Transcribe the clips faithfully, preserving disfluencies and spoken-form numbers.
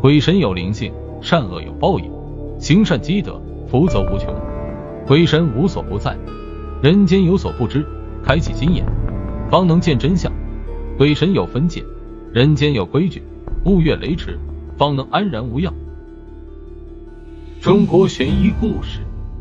鬼神有灵性，善恶有报应，行善积德，福泽无穷。鬼神无所不在，人间有所不知，开启心眼，方能见真相。鬼神有分界，人间有规矩，勿越雷池，方能安然无恙。中国悬疑故事。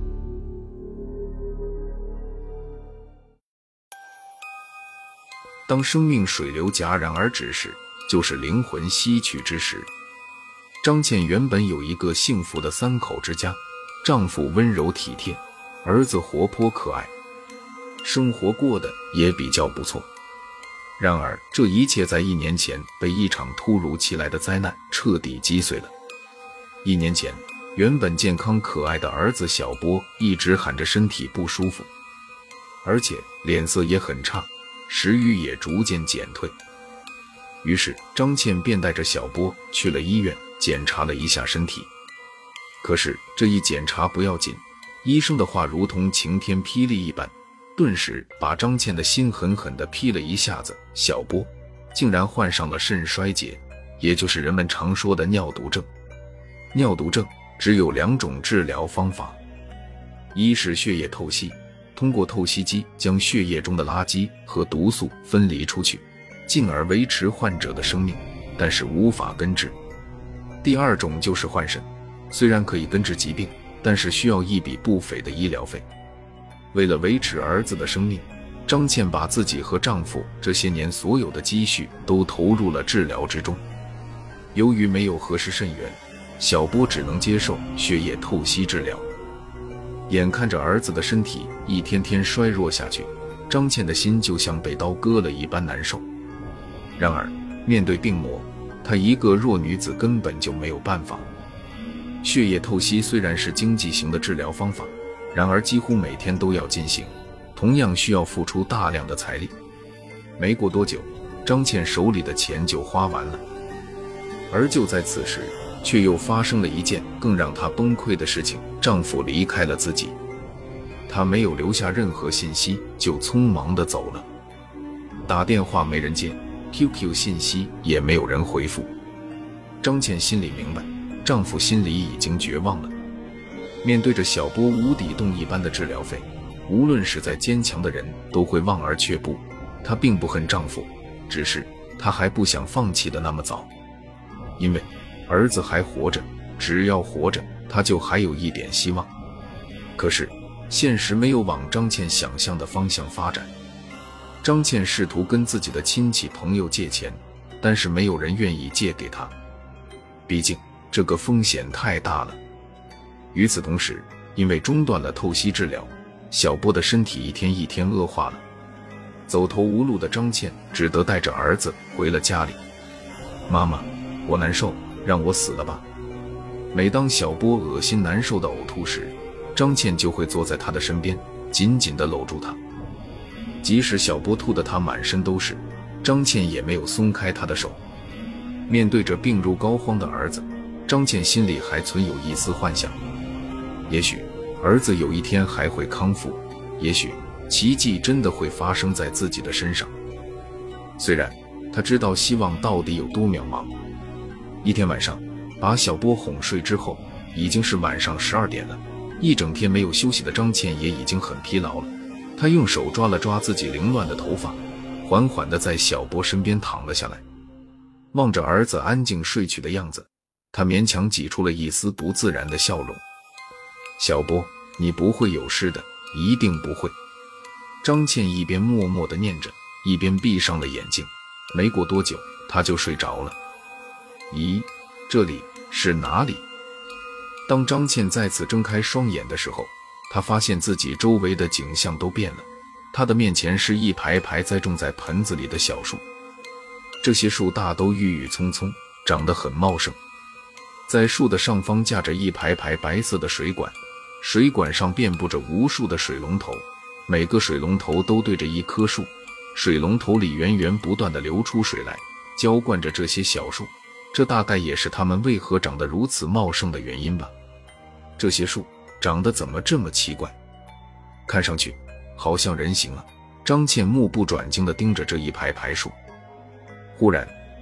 当生命水流戛然而止时，就是灵魂西去之时。张倩原本有一个幸福的三口之家，丈夫温柔体贴，儿子活泼可爱，生活过得也比较不错。然而这一切在一年前被一场突如其来的灾难彻底击碎了。一年前，原本健康可爱的儿子小波一直喊着身体不舒服，而且脸色也很差，食欲也逐渐减退。于是张倩便带着小波去了医院检查了一下身体。可是这一检查不要紧，医生的话如同晴天霹雳一般，顿时把张倩的心狠狠地劈了一下子。小波竟然患上了肾衰竭，也就是人们常说的尿毒症。尿毒症只有两种治疗方法，一是血液透析，通过透析机将血液中的垃圾和毒素分离出去，进而维持患者的生命，但是无法根治。第二种就是换肾，虽然可以根治疾病，但是需要一笔不菲的医疗费。为了维持儿子的生命，张倩把自己和丈夫这些年所有的积蓄都投入了治疗之中。由于没有合适肾源，小波只能接受血液透析治疗。眼看着儿子的身体一天天衰弱下去，张倩的心就像被刀割了一般难受。然而面对病魔，她一个弱女子根本就没有办法。血液透析虽然是经济型的治疗方法，然而几乎每天都要进行，同样需要付出大量的财力。没过多久，张倩手里的钱就花完了。而就在此时，却又发生了一件更让她崩溃的事情，丈夫离开了自己。他没有留下任何信息，就匆忙地走了。打电话没人接， Q Q 信息也没有人回复。张倩心里明白，丈夫心里已经绝望了。面对着小波无底洞一般的治疗费，无论是再坚强的人都会望而却步。她并不恨丈夫，只是她还不想放弃的那么早。因为儿子还活着，只要活着，她就还有一点希望。可是现实没有往张倩想象的方向发展。张倩试图跟自己的亲戚朋友借钱，但是没有人愿意借给她，毕竟这个风险太大了。与此同时，因为中断了透析治疗，小波的身体一天一天恶化了。走投无路的张倩只得带着儿子回了家里。妈妈，我难受，让我死了吧。每当小波恶心难受的呕吐时，张倩就会坐在他的身边，紧紧地搂住他。即使小波吐得他满身都是，张倩也没有松开他的手。面对着病入膏肓的儿子，张倩心里还存有一丝幻想，也许儿子有一天还会康复，也许奇迹真的会发生在自己的身上。虽然他知道希望到底有多渺茫。一天晚上，把小波哄睡之后，已经是晚上十二点了。一整天没有休息的张倩也已经很疲劳了。她用手抓了抓自己凌乱的头发，缓缓地在小波身边躺了下来。望着儿子安静睡去的样子，她勉强挤出了一丝不自然的笑容。小波，你不会有事的，一定不会。张倩一边默默地念着，一边闭上了眼睛。没过多久，她就睡着了。咦，这里是哪里？当张倩再次睁开双眼的时候，她发现自己周围的景象都变了。她的面前是一排排栽种在盆子里的小树，这些树大都郁郁葱葱，长得很茂盛。在树的上方架着一排排白色的水管，水管上遍布着无数的水龙头，每个水龙头都对着一棵树，水龙头里源源不断地流出水来，浇灌着这些小树。这大概也是它们为何长得如此茂盛的原因吧。这些树长得怎么这么奇怪，看上去好像人形啊。张倩目不转睛地盯着这一排排树。忽然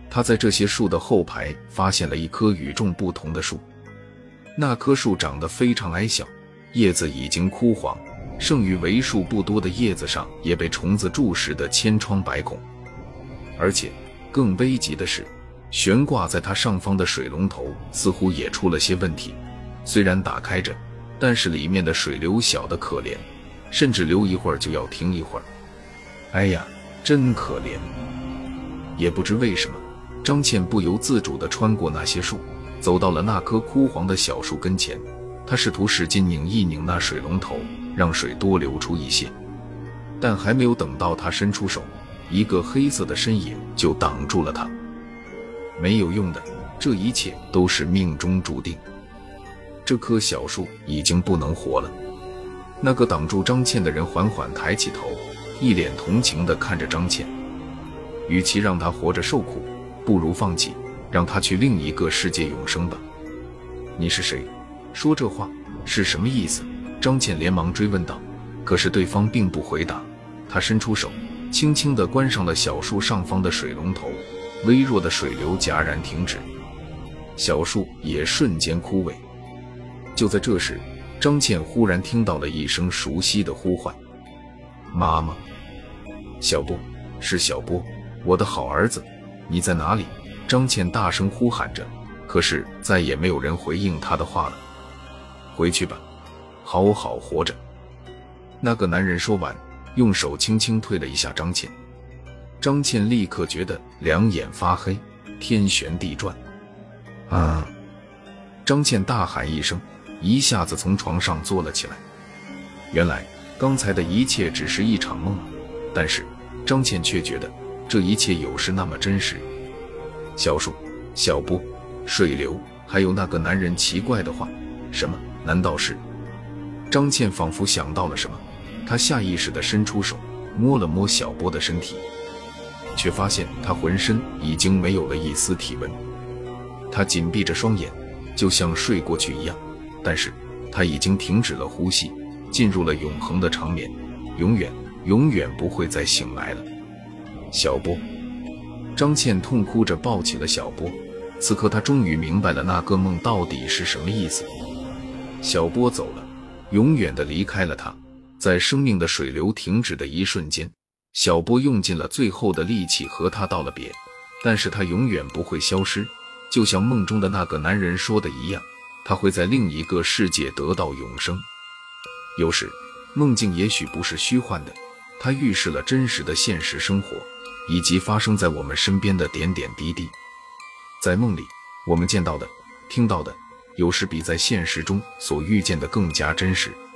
他在这些树的后排发现了一棵与众不同的树，那棵树长得非常矮小，叶子已经枯黄，剩余为数不多的叶子上也被虫子蛀蚀得千疮百孔。而且更危急的是，悬挂在它上方的水龙头似乎也出了些问题，虽然打开着，但是里面的水流小得可怜，甚至流一会儿就要停一会儿。哎呀，真可怜！也不知为什么，张倩不由自主地穿过那些树，走到了那棵枯黄的小树跟前。她试图使劲拧一拧那水龙头，让水多流出一些，但还没有等到她伸出手，一个黑色的身影就挡住了她。没有用的，这一切都是命中注定。这棵小树已经不能活了。那个挡住张倩的人缓缓抬起头，一脸同情地看着张倩。与其让她活着受苦，不如放弃，让她去另一个世界永生吧。你是谁？说这话是什么意思？张倩连忙追问道。可是对方并不回答，他伸出手，轻轻地关上了小树上方的水龙头，微弱的水流戛然停止，小树也瞬间枯萎。就在这时，张倩忽然听到了一声熟悉的呼唤：妈妈！小波，是小波，我的好儿子，你在哪里？张倩大声呼喊着，可是再也没有人回应她的话了。回去吧，好好活着。那个男人说完，用手轻轻推了一下张倩。张倩立刻觉得两眼发黑，天旋地转。啊！张倩大喊一声，一下子从床上坐了起来。原来刚才的一切只是一场梦，但是张倩却觉得这一切有时那么真实。小树、小波、水流，还有那个男人奇怪的话，什么？难道是？张倩仿佛想到了什么，她下意识地伸出手，摸了摸小波的身体，却发现他浑身已经没有了一丝体温。他紧闭着双眼，就像睡过去一样，但是他已经停止了呼吸，进入了永恒的长眠，永远永远不会再醒来了。小波！张倩痛哭着抱起了小波，此刻她终于明白了那个梦到底是什么意思。小波走了，永远地离开了他。在生命的水流停止的一瞬间，小波用尽了最后的力气和他道了别，但是他永远不会消失，就像梦中的那个男人说的一样，他会在另一个世界得到永生。有时梦境也许不是虚幻的，它预示了真实的现实生活，以及发生在我们身边的点点滴滴。在梦里，我们见到的、听到的，有时比在现实中所遇见的更加真实。